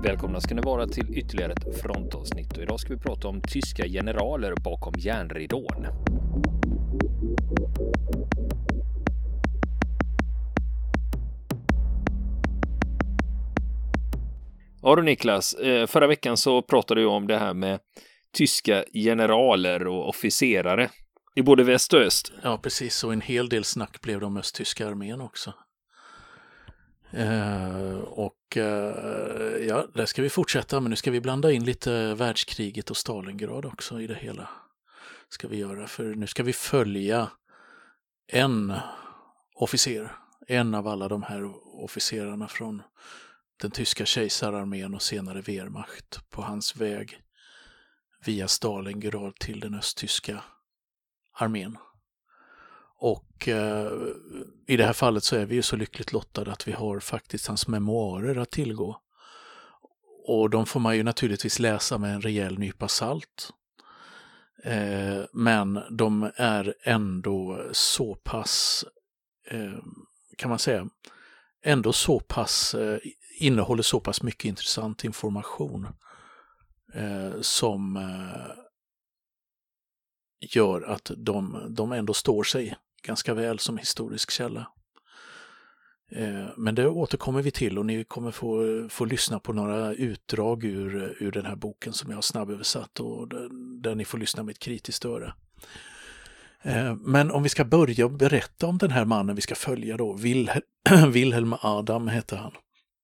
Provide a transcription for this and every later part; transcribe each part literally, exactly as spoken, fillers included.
Välkomna ska ni vara till ytterligare ett frontavsnitt och idag ska vi prata om tyska generaler bakom järnridån. Ja du Niklas, förra veckan så pratade jag om det här med tyska generaler och officerare i både väst och öst. Ja precis, och en hel del snack blev de östtyska armén också. Uh, och uh, ja, där ska vi fortsätta, men nu ska vi blanda in lite världskriget och Stalingrad också i det hela. Ska vi göra, för nu ska vi följa en officer, en av alla de här officerarna från den tyska kejsararmén och senare Wehrmacht på hans väg via Stalingrad till den östtyska armén. Och eh, i det här fallet så är vi ju så lyckligt lottade att vi har faktiskt hans memoarer att tillgå. Och de får man ju naturligtvis läsa med en rejäl nypa salt. Eh, men de är ändå så pass, eh, kan man säga, ändå så pass, eh, innehåller så pass mycket intressant information eh, som eh, gör att de, de ändå står sig ganska väl som historisk källa. Eh, men det återkommer vi till och ni kommer få, få lyssna på några utdrag ur, ur den här boken som jag har snabböversatt och där, där ni får lyssna med ett kritiskt öra. Eh, men om vi ska börja berätta om den här mannen vi ska följa då, Wilhelm, Wilhelm Adam heter han.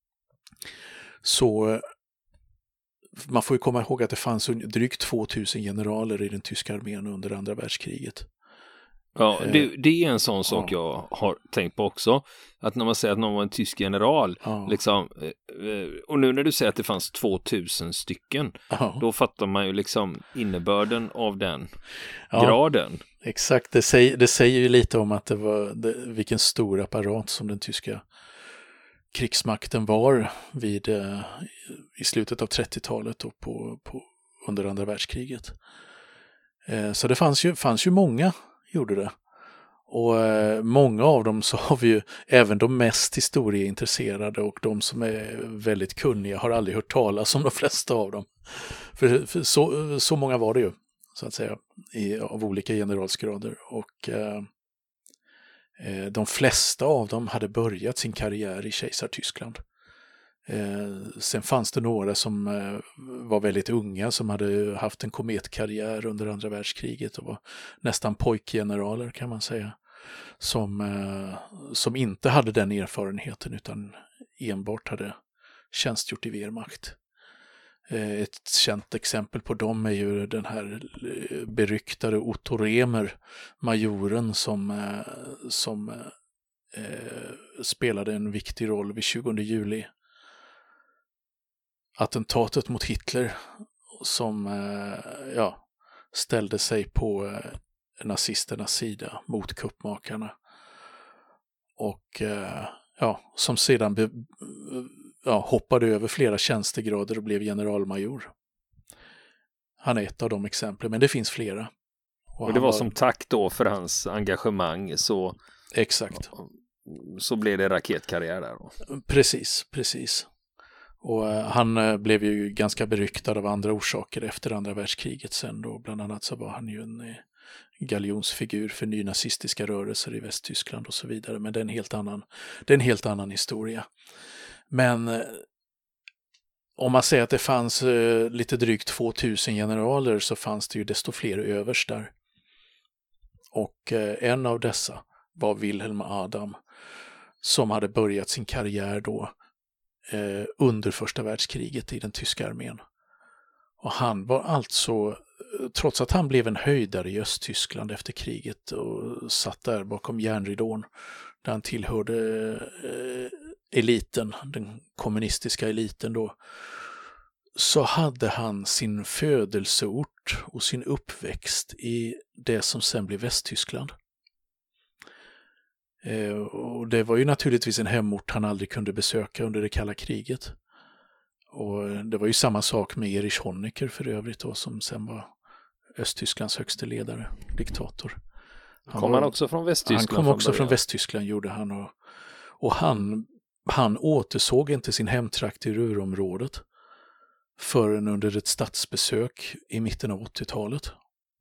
Så man får ju komma ihåg att det fanns drygt tvåtusen generaler i den tyska armén under andra världskriget. Ja, det, det är en sån sak ja. jag har tänkt på också. Att när man säger att någon var en tysk general, ja. liksom, och nu när du säger att det fanns tvåtusen stycken, ja. då fattar man ju liksom innebörden av den ja, graden. Exakt, det säger, det säger ju lite om att det var det, vilken stor apparat som den tyska krigsmakten var vid eh, i slutet av trettiotalet och på, på, under andra världskriget. Eh, så det fanns ju, fanns ju många, gjorde det. Och eh, många av dem så har vi ju, även de mest historieintresserade och de som är väldigt kunniga har aldrig hört talas om de flesta av dem. För, för så, så många var det ju, så att säga, i, av olika generalsgrader. Och eh, de flesta av dem hade börjat sin karriär i Kejsartyskland. Eh, sen fanns det några som eh, var väldigt unga som hade haft en kometkarriär under andra världskriget och var nästan pojkgeneraler kan man säga. Som, eh, som inte hade den erfarenheten utan enbart hade tjänstgjort i Wehrmacht. Eh, ett känt exempel på dem är ju den här beryktade Otto Remer, majoren som, eh, som eh, spelade en viktig roll vid tjugonde juli. Attentatet mot Hitler som eh, ja, ställde sig på eh, nazisternas sida mot kuppmakarna. Och eh, ja, som sedan be, ja, hoppade över flera tjänstegrader och blev generalmajor. Han är ett av de exemplen, men det finns flera. Och, och det var, var som tack då för hans engagemang så exakt. Så blev det raketkarriär där då. Precis, precis. Och uh, han uh, blev ju ganska beryktad av andra orsaker efter andra världskriget sen då. Bland annat så var han ju en uh, galjonsfigur för nynazistiska rörelser i Västtyskland och så vidare. Men det är en helt annan, det är en helt annan historia. Men uh, om man säger att det fanns uh, lite drygt tvåtusen generaler så fanns det ju desto fler överstar. Och uh, en av dessa var Wilhelm Adam som hade börjat sin karriär då eh, under första världskriget i den tyska armén. Och han var alltså, trots att han blev en höjdare i Östtyskland efter kriget och satt där bakom järnridån där han tillhörde eh, eliten, den kommunistiska eliten då, så hade han sin födelseort och sin uppväxt i det som sen blev Västtyskland. Eh, och det var ju naturligtvis en hemort han aldrig kunde besöka under det kalla kriget. Och det var ju samma sak med Erich Honecker för övrigt då, som sen var Östtysklands högste ledare, diktator. Han kom var, han också från Västtyskland? Han kom också från, från Västtyskland gjorde han. Och, och han, han återsåg inte sin hemtrakt i Ruhrområdet. förrän under ett statsbesök i mitten av åttiotalet.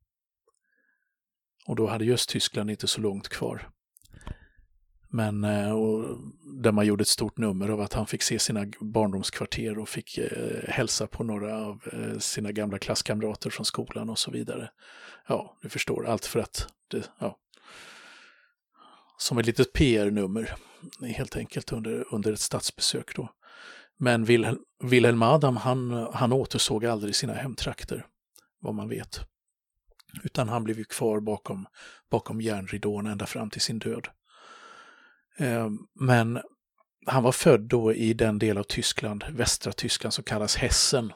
Och då hade Östtyskland inte så långt kvar. Men och, där man gjorde ett stort nummer av att han fick se sina barndomskvarter och fick eh, hälsa på några av eh, sina gamla klasskamrater från skolan och så vidare. Ja, du förstår, allt för att det, ja, som ett litet P R-nummer helt enkelt under, under ett statsbesök då. Men Wilhelm, Wilhelm Adam, han, han återsåg aldrig sina hemtrakter, vad man vet. Utan han blev ju kvar bakom, bakom järnridån ända fram till sin död. Men han var född då i den del av Tyskland, västra Tyskland, som kallas Hessen.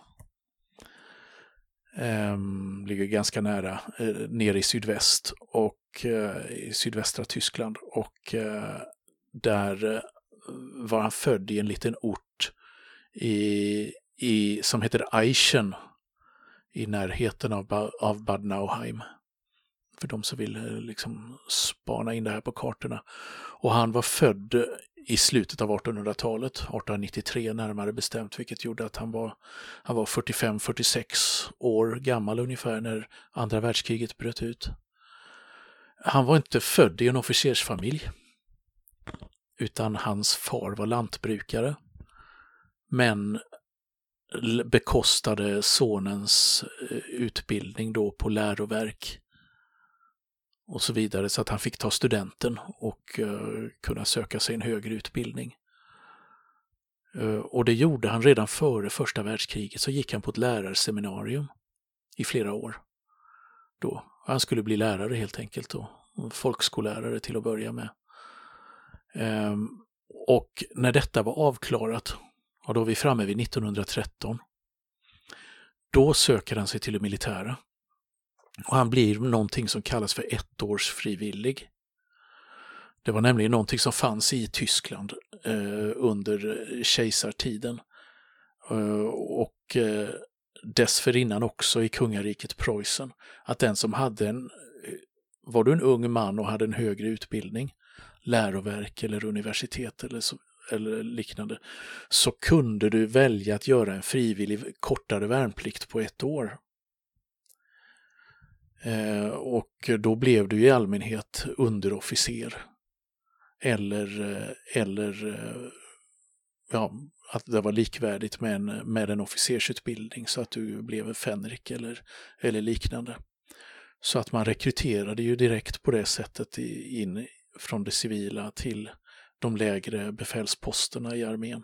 Ehm, ligger ganska nära, eh, nere i sydväst och eh, i sydvästra Tyskland. Och eh, där eh, var han född i en liten ort i, i, som heter Eichen, i närheten av, av Bad Nauheim. För de som vill eh, liksom spana in det här på kartorna. Och han var född i slutet av artonhundratalet, artonhundranittiotre närmare bestämt, vilket gjorde att han var, han var fyrtiofem fyrtiosex år gammal ungefär när andra världskriget bröt ut. Han var inte född i en officersfamilj, utan hans far var lantbrukare, men bekostade sonens utbildning då på läroverk och så vidare, så att han fick ta studenten och uh, kunna söka sig en högre utbildning. Uh, och det gjorde han redan före första världskriget. Så gick han på ett lärarseminarium i flera år. Då. Han skulle bli lärare helt enkelt då. Folkskollärare till att börja med. Um, och när detta var avklarat, och då är vi framme vid nittonhundratretton, då söker han sig till det militära. Och han blir någonting som kallas för ettårsfrivillig. Det var nämligen någonting som fanns i Tyskland eh, under kejsartiden. Eh, och eh, dessförinnan också i kungariket Preussen. Att den som hade en, var du en ung man och hade en högre utbildning, läroverk eller universitet eller, så, eller liknande, så kunde du välja att göra en frivillig kortare värnplikt på ett år. Eh, och då blev du i allmänhet underofficer eller, eller ja, att det var likvärdigt med en, med en officersutbildning, så att du blev en fänrik eller, eller liknande. Så att man rekryterade ju direkt på det sättet in från det civila till de lägre befälsposterna i armén.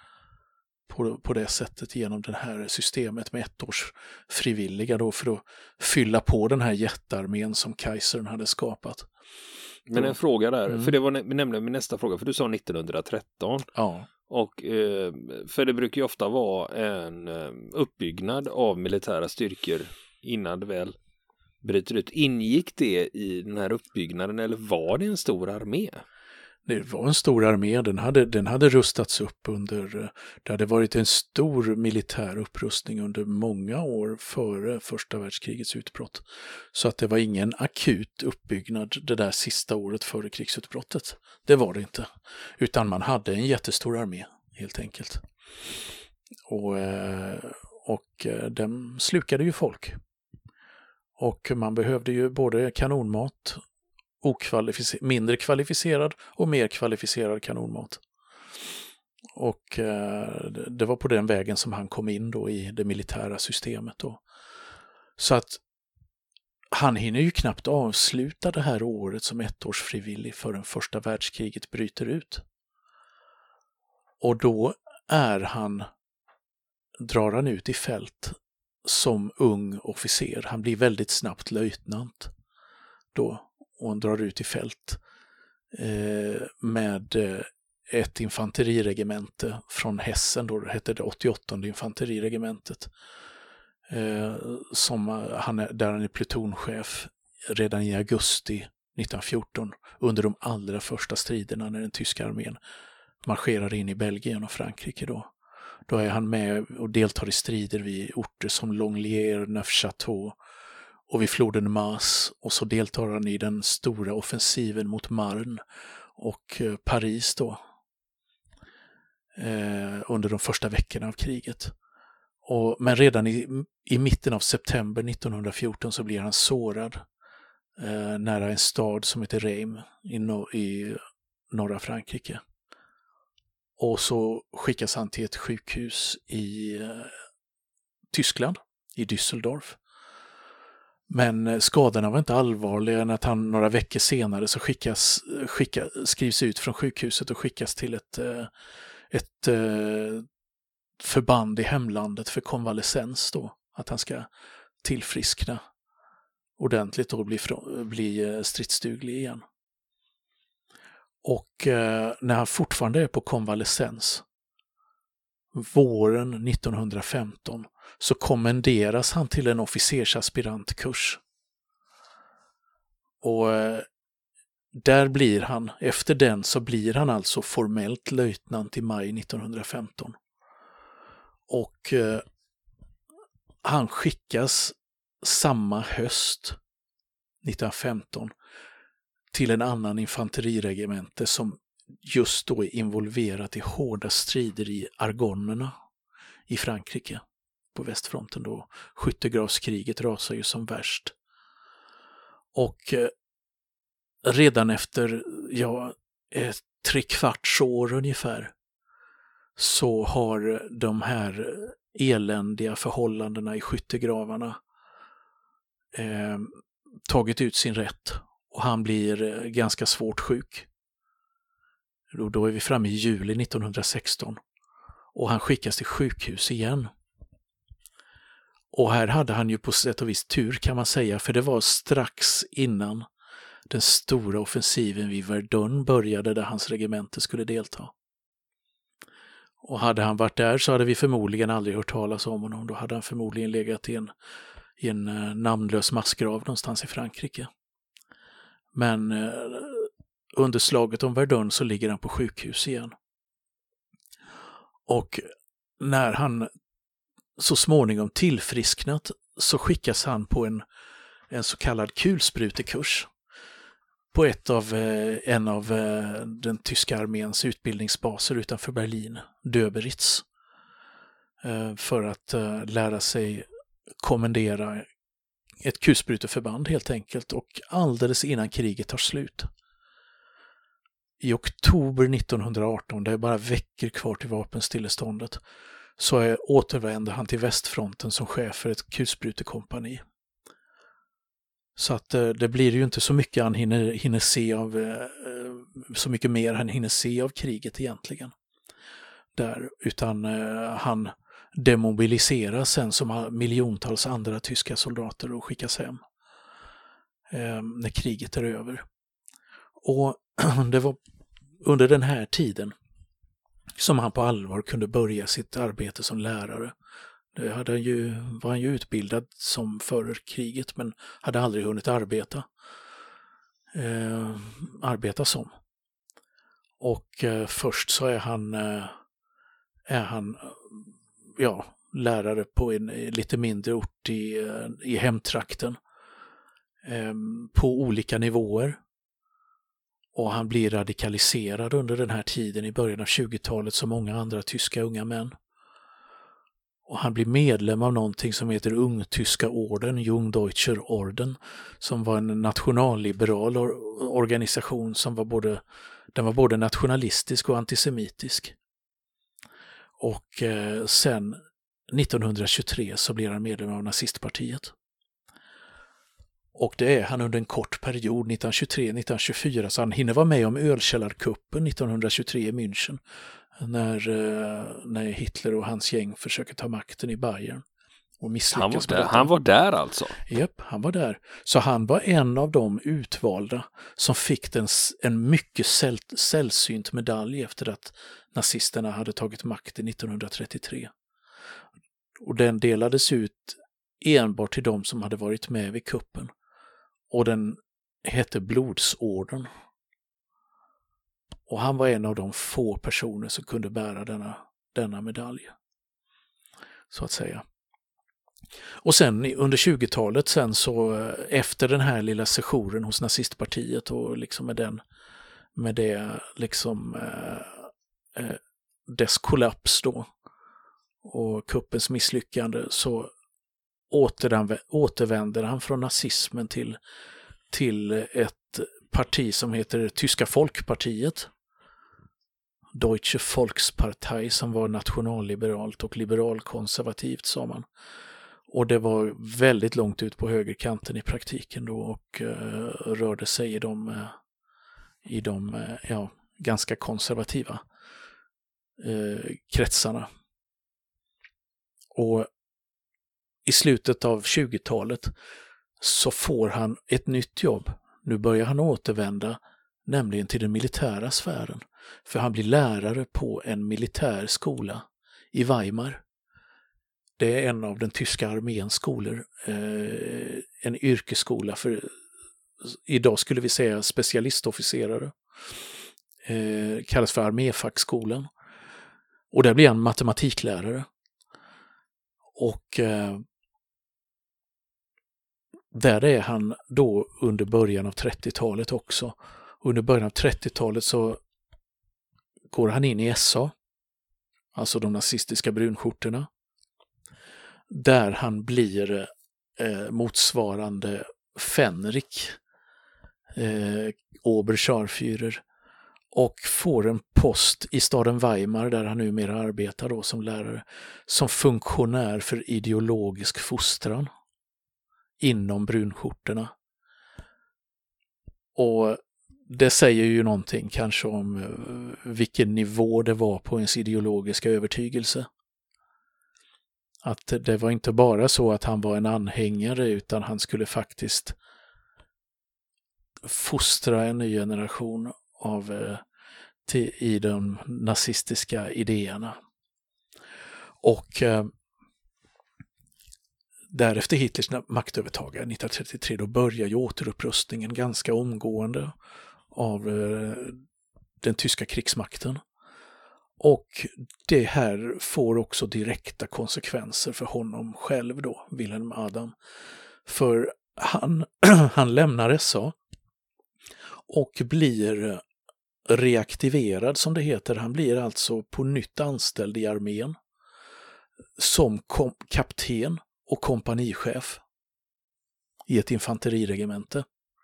På, på det sättet genom det här systemet med ettårs frivilliga då, för att fylla på den här jättearmén som Kaisern hade skapat. Men en fråga där, mm. för det var nämligen min nästa fråga, för du sa nittonhundratretton. Ja. Och eh, för det brukar ju ofta vara en eh, uppbyggnad av militära styrkor innan det väl bryter ut. Ingick det i den här uppbyggnaden eller var det en stor armé? Det var en stor armé, den hade, den hade rustats upp under, det hade varit en stor militär upprustning under många år före första världskrigets utbrott. Så att det var ingen akut uppbyggnad det där sista året före krigsutbrottet. Det var det inte. Utan man hade en jättestor armé helt enkelt. Och, och den slukade ju folk. Och man behövde ju både kanonmat, okvalificer- mindre kvalificerad och mer kvalificerad kanonmat. Och eh, det var på den vägen som han kom in då i det militära systemet då. Så att han hinner ju knappt avsluta det här året som ettårsfrivillig förrän första världskriget bryter ut. Och då är han, drar han ut i fält som ung officer. Han blir väldigt snabbt löjtnant då. Och han drar ut i fält eh, med eh, ett infanteriregemente från Hessen, då det hette det åttioåttonde infanteriregementet, eh, som han är, där han är plutonchef redan i augusti nittonhundrafjorton under de allra första striderna när den tyska armén marscherade in i Belgien och Frankrike då. Då är han med och deltar i strider vid orter som Longlier, Neufchâteau och vid floden Maas, och så deltar han i den stora offensiven mot Marne och eh, Paris då eh, under de första veckorna av kriget. Och, men redan i, i mitten av september nittonhundrafjorton så blir han sårad eh, nära en stad som heter Reims i, no, i norra Frankrike. Och så skickas han till ett sjukhus i eh, Tyskland, i Düsseldorf. Men skadorna var inte allvarliga än att han några veckor senare så skickas, skicka, skrivs ut från sjukhuset och skickas till ett, ett förband i hemlandet för konvalescens då. Att han ska tillfriskna ordentligt och bli, bli stridsduglig igen. Och när han fortfarande är på konvalescens våren nittonhundrafemton så kommenderas han till en officersaspirantkurs. Och eh, där blir han, efter den så blir han alltså formellt löjtnant i maj nittonhundrafemton. Och eh, han skickas samma höst nittonhundrafemton till en annan infanteriregemente som just då är involverat i hårda strider i Argonnerna i Frankrike på västfronten då. Skyttegravskriget rasar ju som värst. Och eh, redan efter ja, ett tre kvarts år ungefär så har de här eländiga förhållandena i skyttegravarna eh, tagit ut sin rätt och han blir eh, ganska svårt sjuk. Då, då är vi framme i juli nittonhundrasexton och han skickas till sjukhus igen. Och här hade han ju på sätt och vis tur kan man säga, för det var strax innan den stora offensiven vid Verdun började där hans regemente skulle delta. Och hade han varit där så hade vi förmodligen aldrig hört talas om honom. Då hade han förmodligen legat i en, i en namnlös massgrav någonstans i Frankrike. Men eh, under slaget om Verdun så ligger han på sjukhus igen. Och när han så småningom tillfrisknat så skickas han på en, en så kallad kulsprutekurs på ett av, eh, en av eh, den tyska arméns utbildningsbaser utanför Berlin, Döberitz, eh, för att eh, lära sig kommendera ett kulspruteförband helt enkelt, och alldeles innan kriget tar slut. I oktober nittonhundraarton, det är bara veckor kvar till vapenstilleståndet, så är, återvänder han till västfronten som chef för ett kulsprutekompani. Så att eh, det blir ju inte så mycket han hinner, hinner se av, eh, så mycket mer han hinner se av kriget egentligen. Där, utan eh, han demobiliseras sen som miljontals andra tyska soldater och skickas hem eh, när kriget är över. Och det var under den här tiden som han på allvar kunde börja sitt arbete som lärare. Det hade han ju, var han ju utbildad som före kriget men hade aldrig hunnit arbeta, eh, arbeta som. Och eh, först så är han, eh, är han ja, lärare på en lite mindre ort i, i hemtrakten eh, på olika nivåer. Och han blir radikaliserad under den här tiden i början av tjugotalet som många andra tyska unga män. Och han blir medlem av någonting som heter Ungtyska orden, Jungdeutscher Orden, som var en nationalliberal organisation som var både, den var både nationalistisk och antisemitisk. Och eh, sen nittonhundratjugotre så blir han medlem av nazistpartiet. Och det är han under en kort period, nittonhundratjugotre nittonhundratjugofyra, så han hinner vara med om ölkällarkuppen nittonhundratjugotre i München när, när Hitler och hans gäng försöker ta makten i Bayern och misslyckas. Han var där, han var där alltså? Japp, han var där. Så han var en av de utvalda som fick den, en mycket säll, sällsynt medalj efter att nazisterna hade tagit makten nittonhundratrettiotre. Och den delades ut enbart till de som hade varit med vid kuppen. Och den hette Blodsorden. Och han var en av de få personer som kunde bära denna, denna medalj. Så att säga. Och sen under tjugotalet sen så efter den här lilla sessionen hos nazistpartiet och liksom med den med det liksom eh, dess kollaps då och kuppens misslyckande så återvänder han från nazismen till, till ett parti som heter Tyska Folkpartiet. Deutsche Volkspartei, som var nationalliberalt och liberalkonservativt, sa man. Och det var väldigt långt ut på högerkanten i praktiken då och uh, rörde sig i de, uh, i de uh, ja, ganska konservativa uh, kretsarna. Och i slutet av tjugotalet så får han ett nytt jobb. Nu börjar han återvända, nämligen till den militära sfären. För han blir lärare på en militär skola i Weimar. Det är en av den tyska arméns skolor. Eh, en yrkesskola för, idag skulle vi säga, specialistofficerare. Eh, kallas för arméfackskolan. Och där blir han matematiklärare. Och eh, där är han då under början av trettiotalet också. Under början av trettiotalet så går han in i S A, alltså de nazistiska brunskjortorna, där han blir eh, motsvarande Fenrik, eh, Oberscharführer, och får en post i staden Weimar, där han numera arbetar då som lärare, som funktionär för ideologisk fostran inom brunskjortorna. Och det säger ju någonting kanske om vilken nivå det var på ens ideologiska övertygelse. Att det var inte bara så att han var en anhängare, utan han skulle faktiskt fostra en ny generation av till, i de nazistiska idéerna. Och eh, därefter Hitlers maktövertagande nittonhundratrettiotre, då börjar ju återupprustningen ganska omgående av eh, den tyska krigsmakten. Och det här får också direkta konsekvenser för honom själv då, Wilhelm Adam. För han, han lämnar S A och blir reaktiverad, som det heter. Han blir alltså på nytt anställd i armén som kom- kapten och kompanichef i ett infanteriregemente.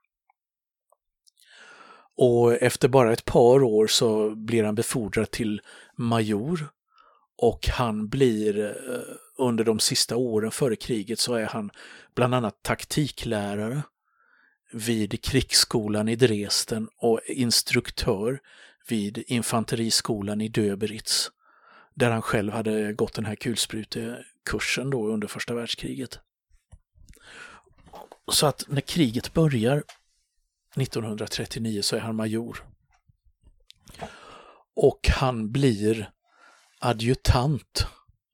Och efter bara ett par år så blir han befordrad till major, och han blir under de sista åren före kriget så är han bland annat taktiklärare vid krigsskolan i Dresden och instruktör vid infanteriskolan i Döberitz, där han själv hade gått den här kulsprutekursen då under första världskriget. Så att när kriget börjar nittonhundratrettionio så är han major. Och han blir adjutant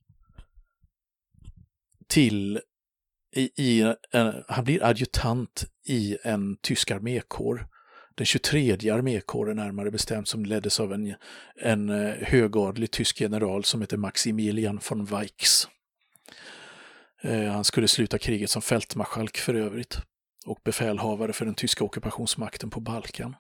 till i, i en, han blir adjutant i en tysk armékår, den tjugotredje armékåren närmare bestämt, som leddes av en, en högadlig tysk general som heter Maximilian von Weichs. Eh, han skulle sluta kriget som fältmarskalk för övrigt och befälhavare för den tyska ockupationsmakten på Balkan.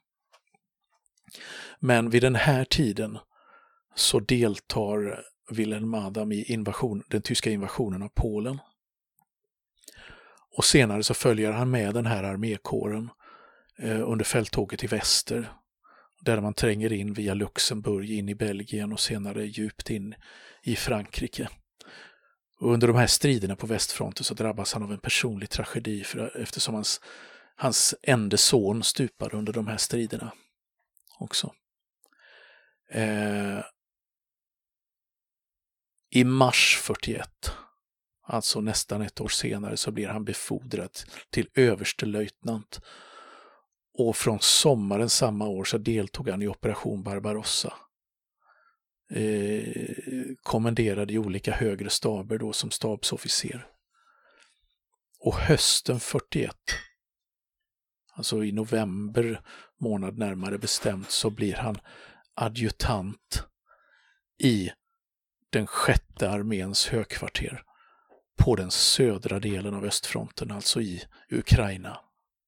Men vid den här tiden så deltar Wilhelm Adam i invasion, den tyska invasionen av Polen. Och senare så följer han med den här armékåren eh, under fälttåget i väster, där man tränger in via Luxemburg in i Belgien och senare djupt in i Frankrike. Och under de här striderna på västfronten så drabbas han av en personlig tragedi, för, eftersom hans, hans enda son stupade under de här striderna också. Eh, I mars fyrtioett, alltså nästan ett år senare, så blir han befordrad till överstelöjtnant. Och från sommaren samma år så deltog han i operation Barbarossa. Eh, kommenderad i olika högre staber då som stabsofficer. Och hösten fyrtioett, alltså i november månad närmare bestämt, så blir han adjutant i den sjätte arméns högkvarter på den södra delen av östfronten, alltså i Ukraina.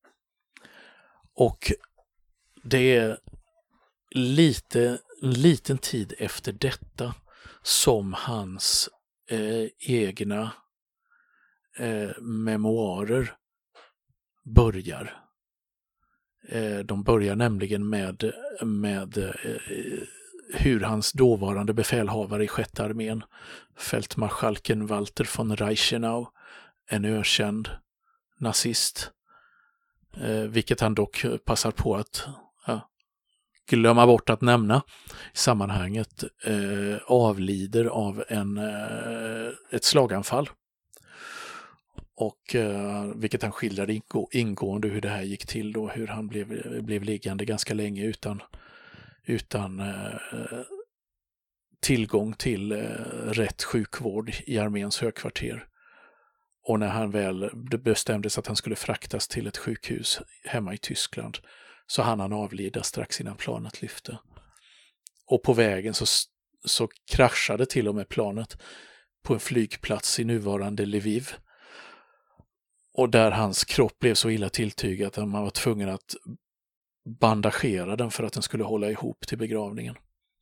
Och det är lite, en liten tid efter detta som hans eh, egna eh, memoarer börjar. Eh, de börjar nämligen med, med eh, hur hans dåvarande befälhavare i sjätte armén, fältmarskalken Walter von Reichenau, en ökänd nazist, eh, vilket han dock passar på att ja, glömma bort att nämna i sammanhanget, eh, avlider av en, eh, ett slaganfall. Och eh, vilket han skildrade ingå, ingående hur det här gick till då, hur han blev, blev liggande ganska länge utan, utan eh, tillgång till eh, rätt sjukvård i arméns högkvarter. Och när han väl bestämdes att han skulle fraktas till ett sjukhus hemma i Tyskland så hann han avlida strax innan planet lyfte. Och på vägen så, så kraschade till och med planet på en flygplats i nuvarande Lviv. Och där hans kropp blev så illa tilltygad att man var tvungen att bandagera den för att den skulle hålla ihop till begravningen.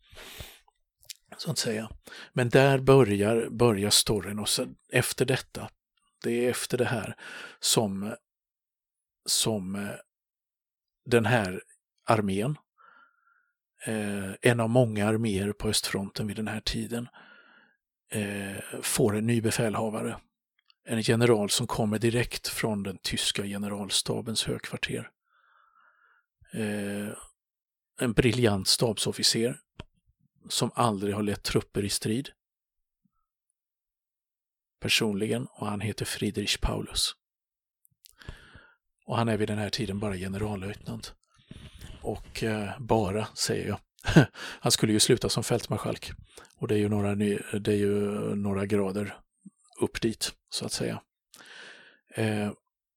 Så att säga. Men där börjar, börjar storyn, och så efter detta, det är efter det här som, som den här armén, eh, en av många arméer på östfronten vid den här tiden, eh, får en ny befälhavare. En general som kommer direkt från den tyska generalstabens högkvarter. Eh, en briljant stabsofficer som aldrig har lett trupper i strid. Personligen, och han heter Friedrich Paulus. Och han är vid den här tiden bara generallöjtnant. Och eh, bara, säger jag. Han skulle ju sluta som fältmarskalk. Och det är ju några, ny, det är ju några grader upp dit, så att säga. Eh,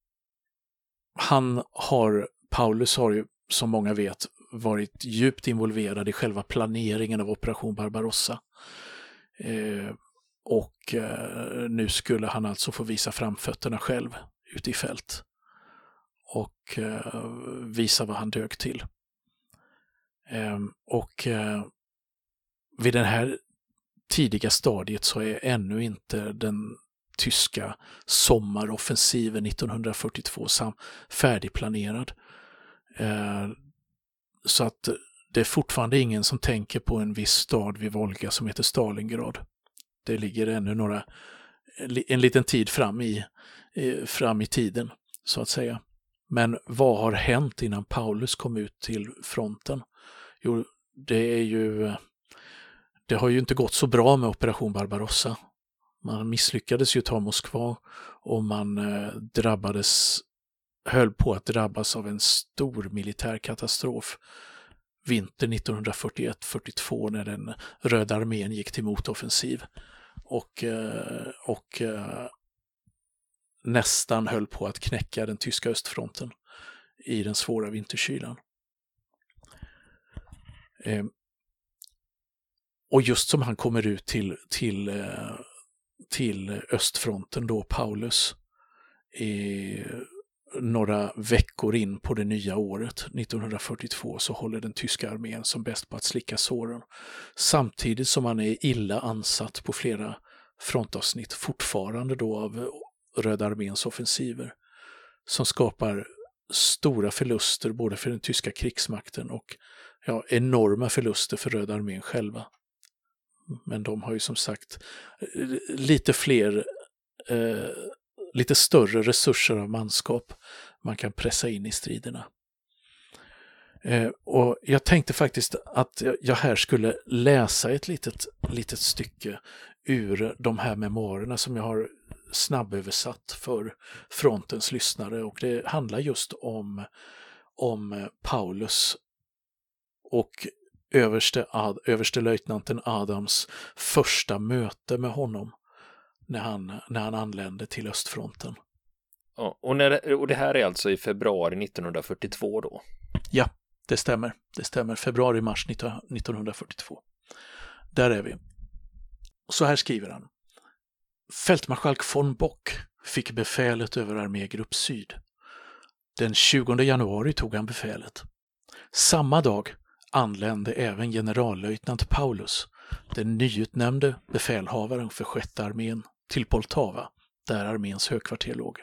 han har, Paulus har ju, som många vet, varit djupt involverad i själva planeringen av Operation Barbarossa. Eh, och eh, nu skulle han alltså få visa framfötterna själv ute i fält. Och eh, visa vad han dög till. Eh, och eh, vid den här tidiga stadiet så är ännu inte den tyska sommaroffensiven nittonhundrafyrtiotvå sam- färdigplanerad. Eh, så att det är fortfarande ingen som tänker på en viss stad vid Volga som heter Stalingrad. Det ligger ännu några, en liten tid fram i, fram i tiden, så att säga. Men vad har hänt innan Paulus kom ut till fronten? Jo, det är ju det har ju inte gått så bra med Operation Barbarossa. Man misslyckades ju ta Moskva och man eh, drabbades, höll på att drabbas av en stor militär katastrof vinter nittonhundrafyrtioett fyrtiotvå när den Röda armén gick till motoffensiv och, eh, och eh, nästan höll på att knäcka den tyska östfronten i den svåra vinterkylan. Eh, och just som han kommer ut till, till, eh, till östfronten då, Paulus, eh, några veckor in på det nya året nittonhundrafyrtiotvå, så håller den tyska armén som bäst på att slicka såren. Samtidigt som man är illa ansatt på flera frontavsnitt fortfarande då av Röda arméns offensiver som skapar stora förluster både för den tyska krigsmakten och ja, enorma förluster för Röda armén själva. Men de har ju som sagt lite fler eh, lite större resurser av manskap man kan pressa in i striderna. Eh, och jag tänkte faktiskt att jag här skulle läsa ett litet, litet stycke ur de här memoarerna som jag har snabböversatt för frontens lyssnare, och det handlar just om, om Paulus och överste, Ad, överste löjtnanten Adams första möte med honom när han, när han anlände till östfronten. Ja, och, när det, och det här är alltså i februari nittonhundrafyrtiotvå då? Ja, det stämmer. Det stämmer. Februari-mars nittonhundrafyrtiotvå. Där är vi. Så här skriver han. Fältmarskalk von Bock fick befälet över armégrupp syd. Den tjugonde januari tog han befälet. Samma dag anlände även generallöjtnant Paulus den nyutnämnde befälhavaren för sjätte armén, till Poltava, där arméns högkvarter låg.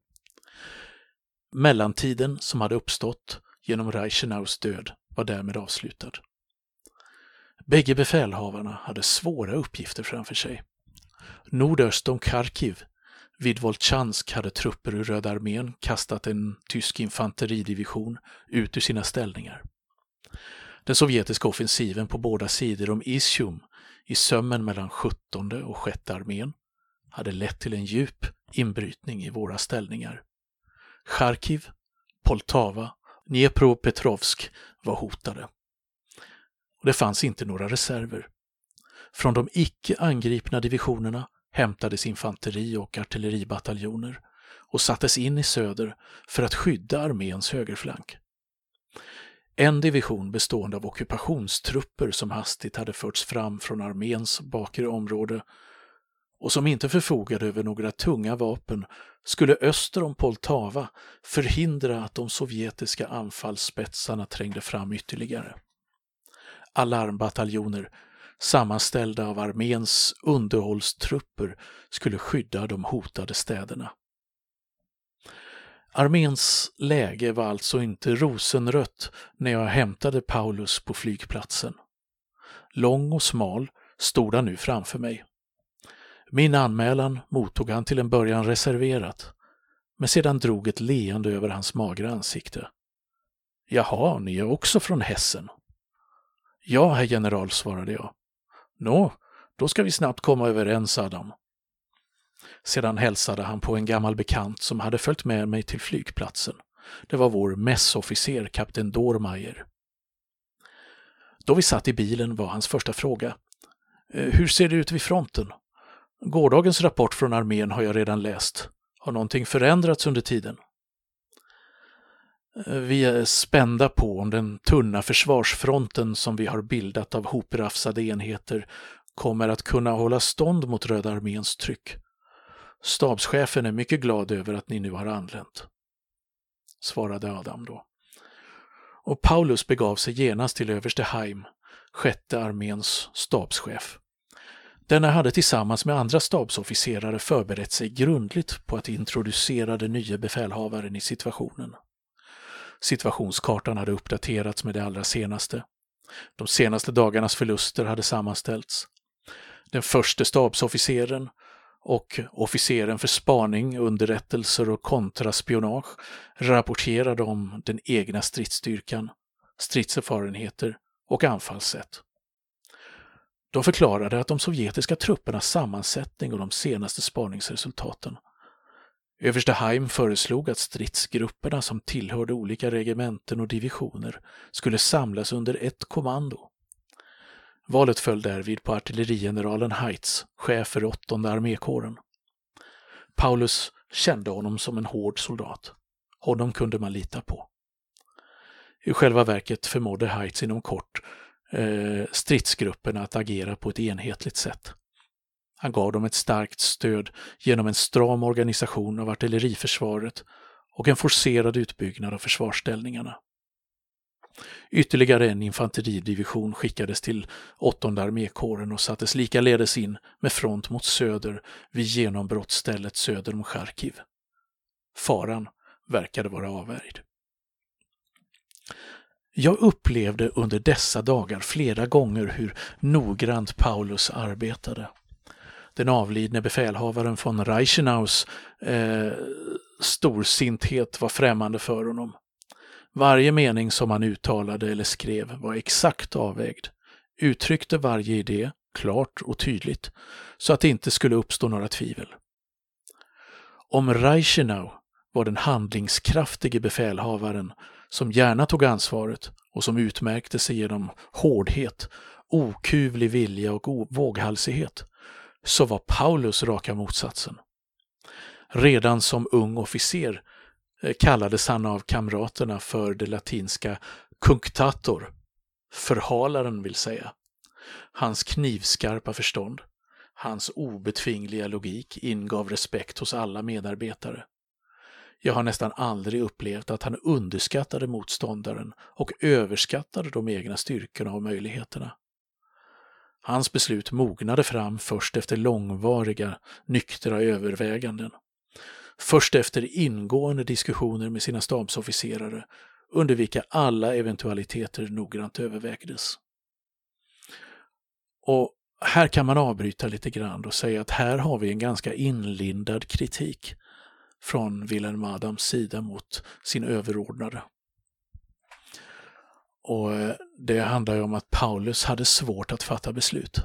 Mellantiden som hade uppstått genom Reichenaus död var därmed avslutad. Bägge befälhavarna hade svåra uppgifter framför sig. Nordöst om Kharkiv, vid Voltjansk, hade trupper ur Röda armén kastat en tysk infanteridivision ut ur sina ställningar. Den sovjetiska offensiven på båda sidor om Isium, i sömmen mellan sjuttonde och sjätte armén, hade lett till en djup inbrytning i våra ställningar. Kharkiv, Poltava, Dnepropetrovsk var hotade. Och det fanns inte några reserver. Från de icke angripna divisionerna hämtades infanteri- och artilleribataljoner och sattes in i söder för att skydda arméns högerflank. En division bestående av ockupationstrupper som hastigt hade förts fram från arméns bakre område och som inte förfogade över några tunga vapen skulle öster om Poltava förhindra att de sovjetiska anfallsspetsarna trängde fram ytterligare. Alarmbataljoner sammanställda av arméns underhållstrupper skulle skydda de hotade städerna. Arméns läge var alltså inte rosenrött när jag hämtade Paulus på flygplatsen. Lång och smal stod han nu framför mig. Min anmälan mottog han till en början reserverat, men sedan drog ett leende över hans magra ansikte. Jaha, ni är också från Hessen? Ja, herr general, svarade jag. Nå, då ska vi snabbt komma överens, Adam. Sedan hälsade han på en gammal bekant som hade följt med mig till flygplatsen. Det var vår mässofficer, kapten Dormayer. Då vi satt i bilen var hans första fråga: hur ser det ut vid fronten? Gårdagens rapport från armén har jag redan läst. Har någonting förändrats under tiden? Vi är spända på om den tunna försvarsfronten som vi har bildat av hoprafsade enheter kommer att kunna hålla stånd mot Röda arméns tryck. Stabschefen är mycket glad över att ni nu har anlänt, svarade Adam då. Och Paulus begav sig genast till överste Heim, sjätte arméns stabschef. Denna hade tillsammans med andra stabsofficerare förberett sig grundligt på att introducera den nya befälhavaren i situationen. Situationskartan hade uppdaterats med det allra senaste. De senaste dagarnas förluster hade sammanställts. Den första stabsofficeren och officeren för spaning, underrättelser och kontraspionage rapporterade om den egna stridsstyrkan, stridserfarenheter och anfallssätt. De förklarade att de sovjetiska truppernas sammansättning och de senaste spaningsresultaten. Överste Heim föreslog att stridsgrupperna som tillhörde olika regementen och divisioner skulle samlas under ett kommando. Valet föll därvid på artillerigeneralen Heitz, chef för åttonde armékåren. Paulus kände honom som en hård soldat. Honom kunde man lita på. I själva verket förmådde Heitz inom kort eh, stridsgrupperna att agera på ett enhetligt sätt. Han gav dem ett starkt stöd genom en stram organisation av artilleriförsvaret och en forcerad utbyggnad av försvarsställningarna. Ytterligare en infanteridivision skickades till åttonde armékåren och sattes likaledes in med front mot söder vid genombrottsstället söder om Kharkiv. Faran verkade vara avvärjd. Jag upplevde under dessa dagar flera gånger hur noggrant Paulus arbetade. Den avlidne befälhavaren von Reichenaus eh, storsinthet var främmande för honom. Varje mening som han uttalade eller skrev var exakt avvägd, uttryckte varje idé klart och tydligt så att det inte skulle uppstå några tvivel. Om Reichenau var den handlingskraftige befälhavaren som gärna tog ansvaret och som utmärkte sig genom hårdhet, okuvlig vilja och våghalsighet, så var Paulus raka motsatsen. Redan som ung officer kallades han av kamraterna för det latinska cunctator, förhalaren vill säga. Hans knivskarpa förstånd, hans obetvingliga logik ingav respekt hos alla medarbetare. Jag har nästan aldrig upplevt att han underskattade motståndaren och överskattade de egna styrkorna och möjligheterna. Hans beslut mognade fram först efter långvariga nyktra överväganden. Först efter ingående diskussioner med sina stabsofficerare under vilka alla eventualiteter noggrant övervägdes. Och här kan man avbryta lite grann och säga att här har vi en ganska inlindad kritik från Wilhelm Adams sida mot sin överordnade. Och det handlar ju om att Paulus hade svårt att fatta beslut.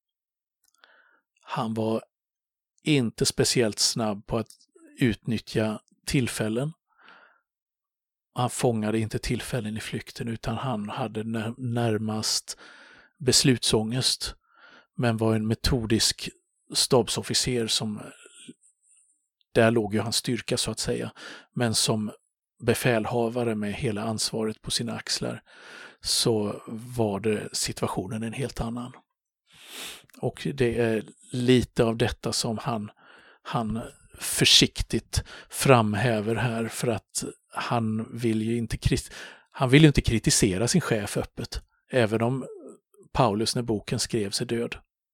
Han var inte speciellt snabb på att utnyttja tillfällen. Han fångade inte tillfällen i flykten utan han hade närmast beslutsångest, men var en metodisk stabsofficer som, där låg ju hans styrka så att säga, men som befälhavare med hela ansvaret på sina axlar så var det situationen en helt annan. Och det är lite av detta som han, han försiktigt framhäver här, för att han vill ju inte, han vill ju inte kritisera sin chef öppet, även om Paulus när boken skrevs är död.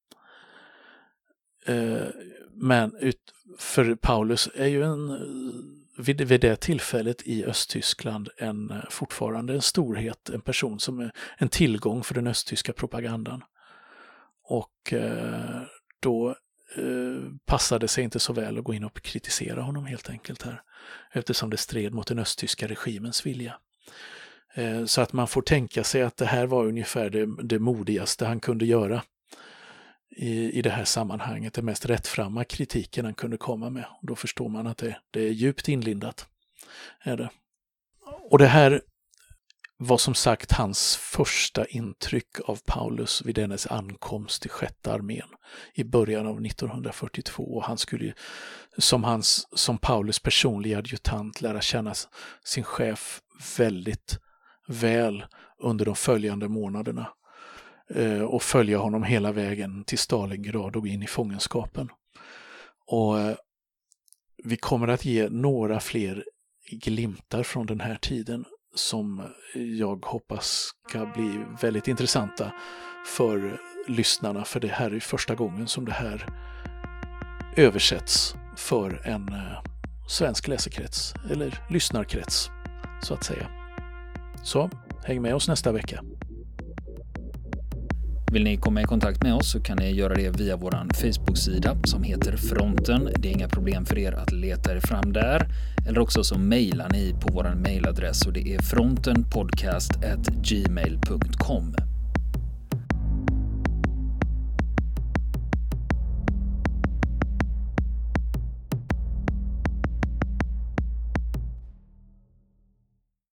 Men för Paulus är ju en, vid, vid det tillfället i Östtyskland en, fortfarande en storhet, en person som är en tillgång för den östtyska propagandan. Och då passade det sig inte så väl att gå in och kritisera honom helt enkelt här, eftersom det stred mot den östtyska regimens vilja. Så att man får tänka sig att det här var ungefär det, det modigaste han kunde göra i, i det här sammanhanget, det mest rättframma kritiken han kunde komma med. Och då förstår man att det, det är djupt inlindat. Är det. Och det här var som sagt hans första intryck av Paulus vid dennes ankomst till sjätte armén i början av nittonhundrafyrtiotvå. Och han skulle som, hans, som Paulus personliga adjutant lära känna sin chef väldigt väl under de följande månaderna eh, och följa honom hela vägen till Stalingrad och in i fångenskapen. Och eh, vi kommer att ge några fler glimtar från den här tiden som jag hoppas ska bli väldigt intressanta för lyssnarna, för det här är första gången som det här översätts för en eh, svensk läsekrets eller lyssnarkrets så att säga. Så, häng med oss nästa vecka. Vill ni komma i kontakt med oss så kan ni göra det via vår Facebook-sida som heter Fronten. Det är inga problem för er att leta er fram där. Eller också så mejlar ni på vår mejladress och det är frontenpodcast at gmail punkt com.